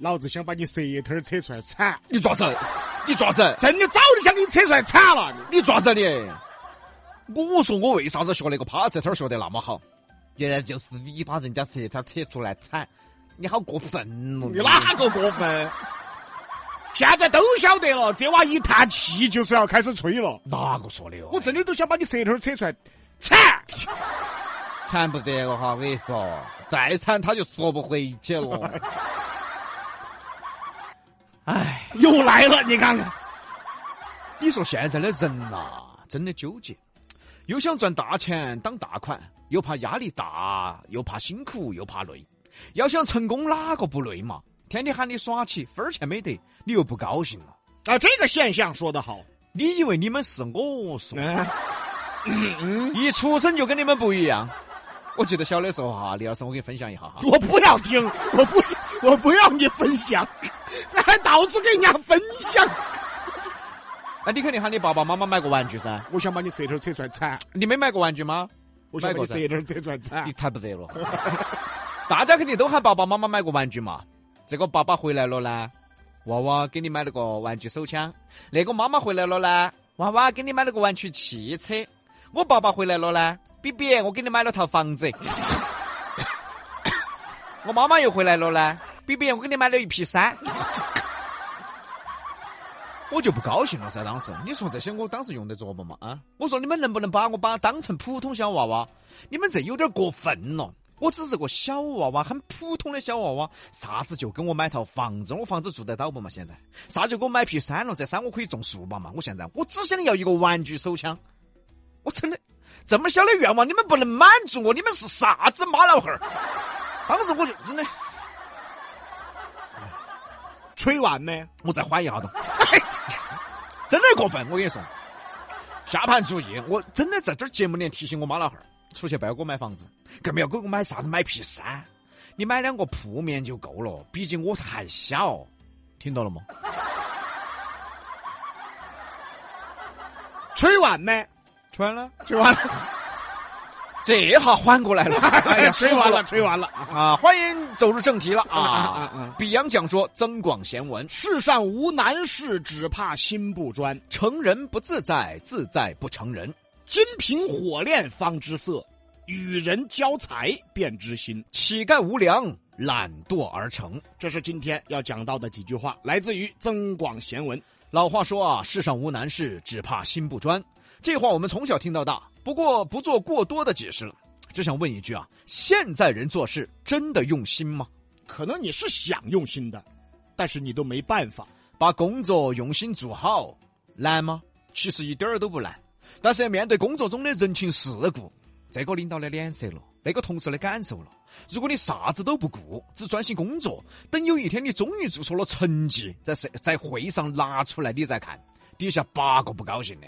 老子想把你舌头扯出来铲。 你爪子？你爪子？ 真的早就想给你扯出来铲了。 你爪子你？我说我为啥子学那个耙舌头学得那么好？原来就是你把人家舌头扯出来铲，你好过分哦！ 你哪个过分？现在都晓得了，这娃一叹气就是要开始吹了。 哪个说的哦？ 我真的都想把你舌头扯出来铲。 铲不得了哈！我跟你说，再铲他就缩不回去了。哎， 又来了，你看看。 你说现在的人呐，真的纠结，又想赚大钱当大款，又怕压力大，又怕辛苦，又怕累。要想成功，哪个不累嘛？天天喊你耍起，分儿钱没得，你又不高兴了。 啊，这个现象说得好。 你以为你们是我说？一出生就跟你们不一样。我记得小的时候哈，李老师，我给你分享一下哈。 我不要听，我不要你分享，还到处给人家分享。 你肯定喊你爸爸妈妈买过玩具噻。 我想把你舌头扯出来铲。 你没买过玩具吗？ 我想把你舌头扯出来铲。 你太不得了。大家肯定都喊爸爸妈妈买过玩具嘛。这个爸爸回来了呢，娃娃给你买了个玩具手枪；那个妈妈回来了呢，娃娃给你买了个玩具汽车。我爸爸回来了呢，BB，我给你买了套房子。我妈妈又回来了呢，BB，我给你买了一匹山。我就不高兴了噻，当时你说这些我当时用得着不嘛？啊，我说你们能不能把我当成普通小娃娃？你们这有点过分了。我只是个小娃娃，很普通的小娃娃，啥子就跟我买套房子？我房子住得到不嘛？现在啥就给我买匹山了？在山我可以种树吧嘛？我现在我只想要一个玩具手枪。我真的这么小的愿望，你们不能满足我，你们是啥子妈老汉儿？当时我就真的吹完没？ 我再缓一下子。真的过分，我跟你说，下盘注意，我真的在这儿节目里提醒我妈老汉儿，出去不要给我买房子，更不要给我买啥子买匹山，你买2个铺面就够了，毕竟我还小，听到了吗？ 吹完没？ 吹完了， 吹完了。 这下缓过来了。哎呀， 吹完了，吹完了啊！欢迎走入正题了啊！比洋讲说增广贤文， 世上无难事，只怕心不专。 成人不自在，自在不成人。 金瓶火炼方知色，与人交财便知心。 乞丐无良，懒惰而成。 这是今天要讲到的几句话，来自于增广贤文。 老话说啊，世上无难事，只怕心不专。这话我们从小听到大，不过不做过多的解释了。只想问一句啊，现在人做事真的用心吗？ 可能你是想用心的，但是你都没办法。 把工作用心做好，难吗？其实一点儿都不难。但是面对工作中的人情世故，这个领导的脸色了，那个同事的感受了，如果你啥子都不顾，只专心工作，等有一天你终于做出了成绩，在会上拿出来你再看，底下8个不高兴的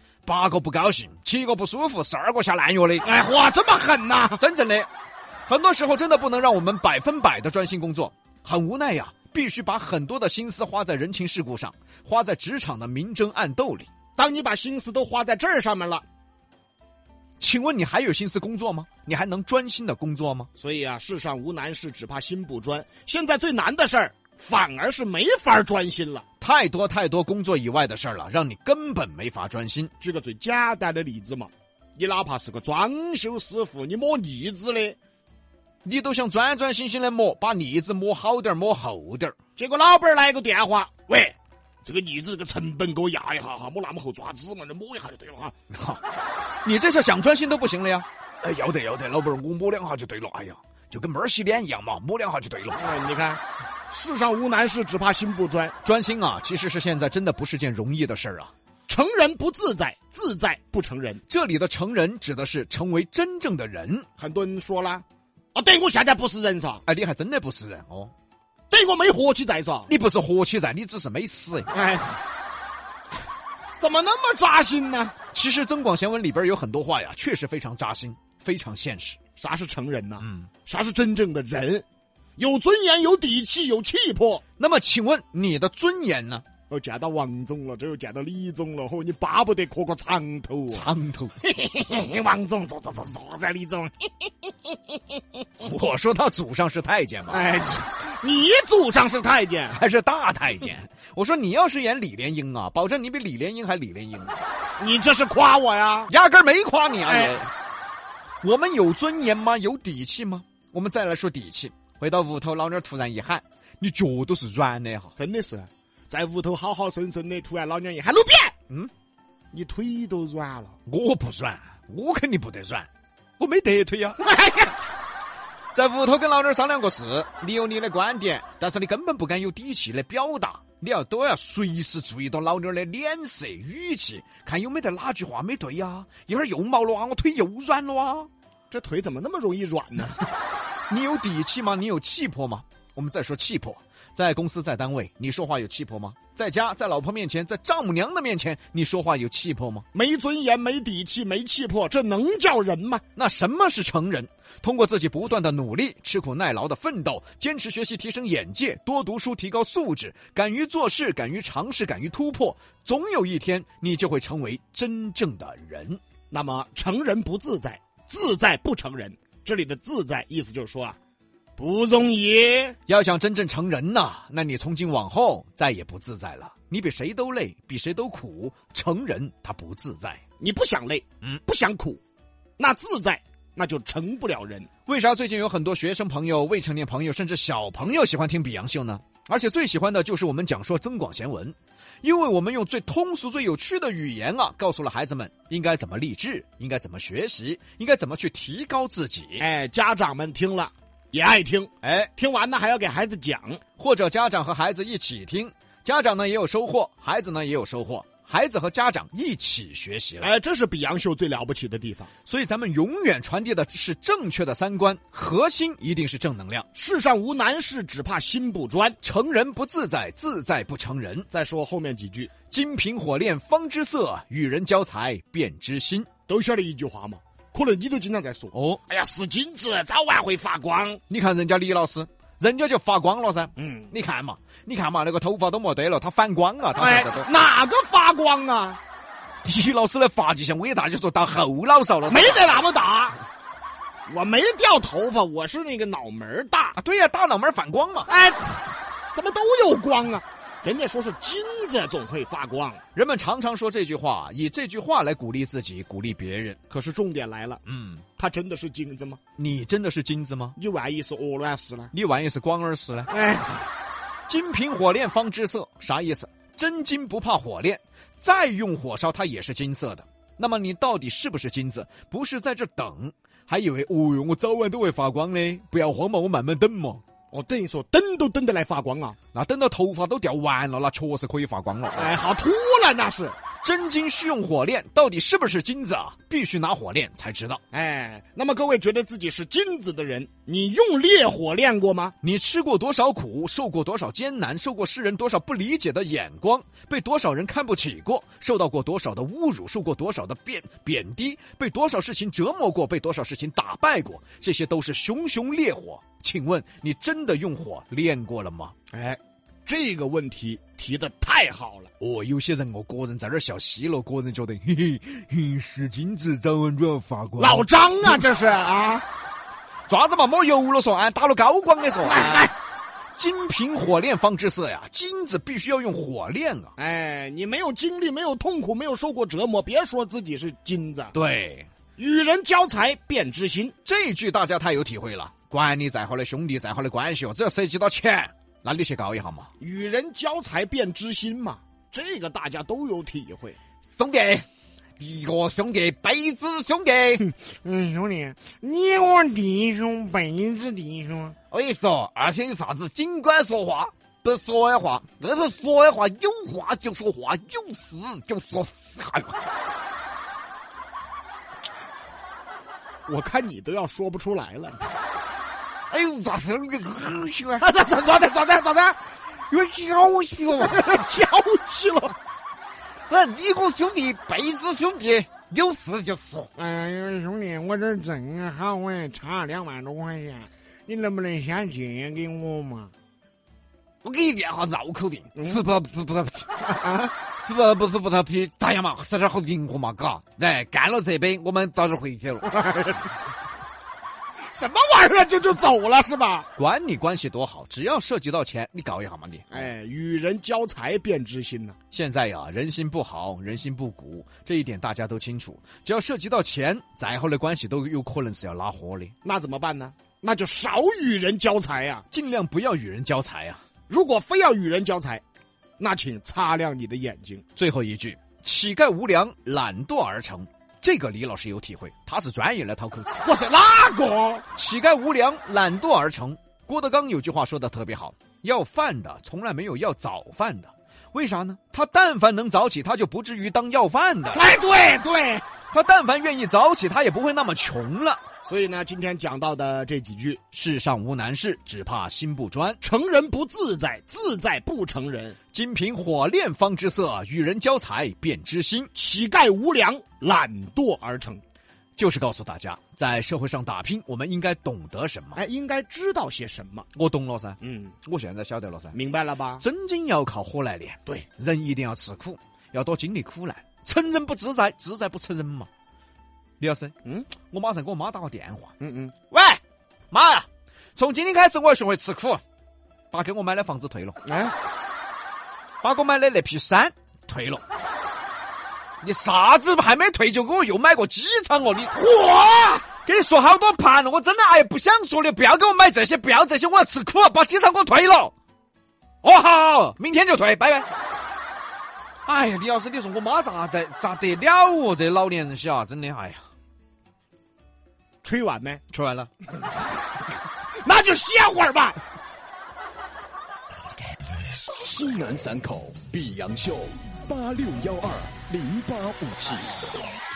，8个不高兴，7个不舒服，12个下烂药的。 哎，哇，这么狠呐！ 真正的，很多时候真的不能让我们100%的专心工作，很无奈呀，必须把很多的心思花在人情世故上，花在职场的明争暗斗里。 当你把心思都花在这儿上面了， 请问你还有心思工作吗？你还能专心的工作吗？ 所以啊，世上无难事，只怕心不专。现在最难的事儿，反而是没法专心了。 太多工作以外的事儿了，让你根本没法专心。 举个最简单的例子嘛，你哪怕是个装修师傅，你抹腻子的， 你都想专心的抹，把腻子抹好点，抹厚点。 结果老板来个电话，喂，这个腻子这个成本给我压一下哈，抹那么厚爪子嘛，抹一下就对了哈。 你这下想专心都不行了呀。哎，要得，老板，我抹2下就对了。哎呀，就跟妹儿洗脸一样嘛，抹2下就对了。 哎，你看，世上无难事，只怕心不专。 专心啊，其实是现在真的不是件容易的事儿啊。 成人不自在，自在不成人。 这里的成人指的是成为真正的人。 很多人说了，啊，对我现在不是人噻。 哎，你还真的不是人哦。 对我没活起在噻。 你不是活起在，你只是没死。 哎，怎么那么扎心呢？ 其实增广贤文里边有很多话呀，确实非常扎心，非常现实。 啥是成人呢？啥是真正的人？有尊严，有底气，有气魄。 那么请问你的尊严呢？ 哦，见到王总了，这又见到李总了，你巴不得磕个长头啊！ 长头。 王总，坐噻，李总。 我说他祖上是太监嘛？ 哎，你祖上是太监还是大太监？我说你要是演李莲英啊，保证你比李莲英还李莲英。 你这是夸我呀？ 压根儿没夸你啊！ 哎， 我们有尊严吗？有底气吗？我们再来说底气。回到屋头，老娘突然一喊，你脚都是软的哈！ 真的是，在屋头好好生生的，突然老娘一喊路边，你腿都软了。 我不软，我肯定不得软，我没得腿呀。在屋头跟老娘商量个事，你有你的观点，但是你根本不敢有底气的表达，你都要随时注意到老娘的脸色语气，看有没得哪句话没对呀，一会儿又毛了啊，我腿又软了啊， 这腿怎么那么容易软呢？ 你有底气吗？你有气魄吗？我们再说气魄，在公司在单位你说话有气魄吗？在家在老婆面前，在丈母娘的面前你说话有气魄吗？ 没尊严，没底气，没气魄，这能叫人吗？ 那什么是成人？通过自己不断的努力，吃苦耐劳的奋斗，坚持学习提升眼界，多读书提高素质，敢于做事，敢于尝试，敢于突破，总有一天你就会成为真正的人。 那么成人不自在，自在不成人，这里的自在意思就是说啊，不容易。 要想真正成人呐，那你从今往后再也不自在了，你比谁都累，比谁都苦，成人他不自在。 你不想累，不想苦，那自在那就成不了人。 为啥最近有很多学生朋友、未成年朋友甚至小朋友喜欢听比洋秀呢？而且最喜欢的就是我们讲说增广贤文，因为我们用最通俗最有趣的语言啊，告诉了孩子们应该怎么励志，应该怎么学习，应该怎么去提高自己。 哎，家长们听了也爱听， 哎， 听完呢还要给孩子讲， 或者家长和孩子一起听，家长呢也有收获，孩子呢也有收获，孩子和家长一起学习了。 哎，这是比洋秀最了不起的地方。 所以咱们永远传递的是正确的三观，核心一定是正能量。 世上无难事，只怕心不专。 成人不自在，自在不成人。 再说后面几句， 金瓶火炼方知色，与人交财便知心。 都晓得一句话嘛，可能你都经常在说。 哦， 哎呀，是金子，早晚会发光。 你看人家李老师，人家就发光了噻。你看嘛，那个头发都没得了，他反光啊。 哎，哪个发光啊？ 李老师的发际线伟大，就说到后脑勺了， 没得那么大。我没掉头发，我是那个脑门大。 对呀，大脑门反光嘛。 哎，怎么都有光啊？人家说是金子总会发光。 人们常常说这句话，以这句话来鼓励自己，鼓励别人。 可是重点来了，他真的是金子吗？ 你真的是金子吗？ 你万一是鹅卵石呢？ 你万一是光儿石呢？ 哎， 金瓶火炼方知色，啥意思？真金不怕火炼，再用火烧它也是金色的。那么你到底是不是金子？不是在这等，还以为哦哟，我早晚都会发光的，不要慌嘛，我慢慢等嘛。 哦，等于说等都等得来发光啊？ 那等到头发都掉完了，那确实可以发光了。 哎，好突然那是。 真金需用火炼，到底是不是金子啊？必须拿火炼才知道。 哎，那么各位觉得自己是金子的人，你用烈火炼过吗？ 你吃过多少苦，受过多少艰难，受过世人多少不理解的眼光，被多少人看不起过，受到过多少的侮辱，受过多少的贬低，被多少事情折磨过，被多少事情打败过，这些都是熊熊烈火。请问你真的用火炼过了吗？ 哎，这个问题提得太好了。 哦，有些人个人在这儿笑嘻了，个人觉得嘿嘿嘿，是金子早晚都要发光。 老张啊，这是啊， 爪子嘛抹油了说，打了高光的说。金瓶火炼方知色呀，金子必须要用火炼啊。 哎，你没有经历，没有痛苦，没有受过折磨，别说自己是金子。 对， 与人交财便知心， 这句大家太有体会了。管你再好的兄弟，再好的关系，只要涉及到钱，那你去搞一下嘛。 与人交财便知心嘛，这个大家都有体会。 兄弟，一个兄弟，辈子兄弟。 兄弟，你我弟兄，辈子弟兄。 我跟你说，而且有啥子，尽管说话，不说的话，但是说的话，有话就说话，有事就说事。 我看你都要说不出来了。 哎呦，咋事你恶心啊？ 咋的？ 有娇气了， 娇气了。 你我兄弟，辈子兄弟，有事就说。 哎呦，兄弟，我这正好差2万多块钱，你能不能先借给我嘛？ 我给你练下绕口令，不头皮，大呀嘛，这点好灵活嘛，嘎，来干了这杯，我们到这儿回去了。 什么玩意儿就走了是吧？ 管你关系多好，只要涉及到钱，你搞一下嘛你。 哎，与人交财变知心呐。 现在呀，人心不好，人心不古，这一点大家都清楚。只要涉及到钱，再好的关系都有可能是要拉火的。 那怎么办呢？那就少与人交财呀， 尽量不要与人交财啊。 如果非要与人交财，那请擦亮你的眼睛。 最后一句，乞丐无良，懒惰而成。这个李老师有体会，他是专业的讨口吃。 我是哪个？ 乞丐无良，懒惰而成。郭德纲有句话说的特别好，要饭的从来没有要早饭的，为啥呢？他但凡能早起，他就不至于当要饭的。 哎，对， 他但凡愿意早起，他也不会那么穷了。 所以呢，今天讲到的这几句， 世上无难事，只怕心不专。 成人不自在，自在不成人。 金瓶火炼方知色，与人交财变知心。 乞丐无良，懒惰而成。 就是告诉大家，在社会上打拼，我们应该懂得什么？ 哎，应该知道些什么？ 我懂了噻， 我现在晓得了噻， 明白了吧？ 真正要靠火来炼。 对， 人一定要吃苦，要多经历苦难。成人不自在，自在不成人嘛。李老师，我马上给我妈打个电话。喂，妈呀，从今天开始我要学会吃苦，把给我买的房子退了，把给我买的那批山退了。你啥子还没退就给我又买个机场哦？你嚯！跟你说好多盘了，我真的不想说了，不要给我买这些，不要这些，我要吃苦，把机场给我退了。哦好，明天就退，拜拜。哎呀，李老师，你说我妈咋得了哦？这老年人小真的，哎呀， 吹完没？ 吹完了， 那就歇会儿吧。 西南散口碧阳秀86120857。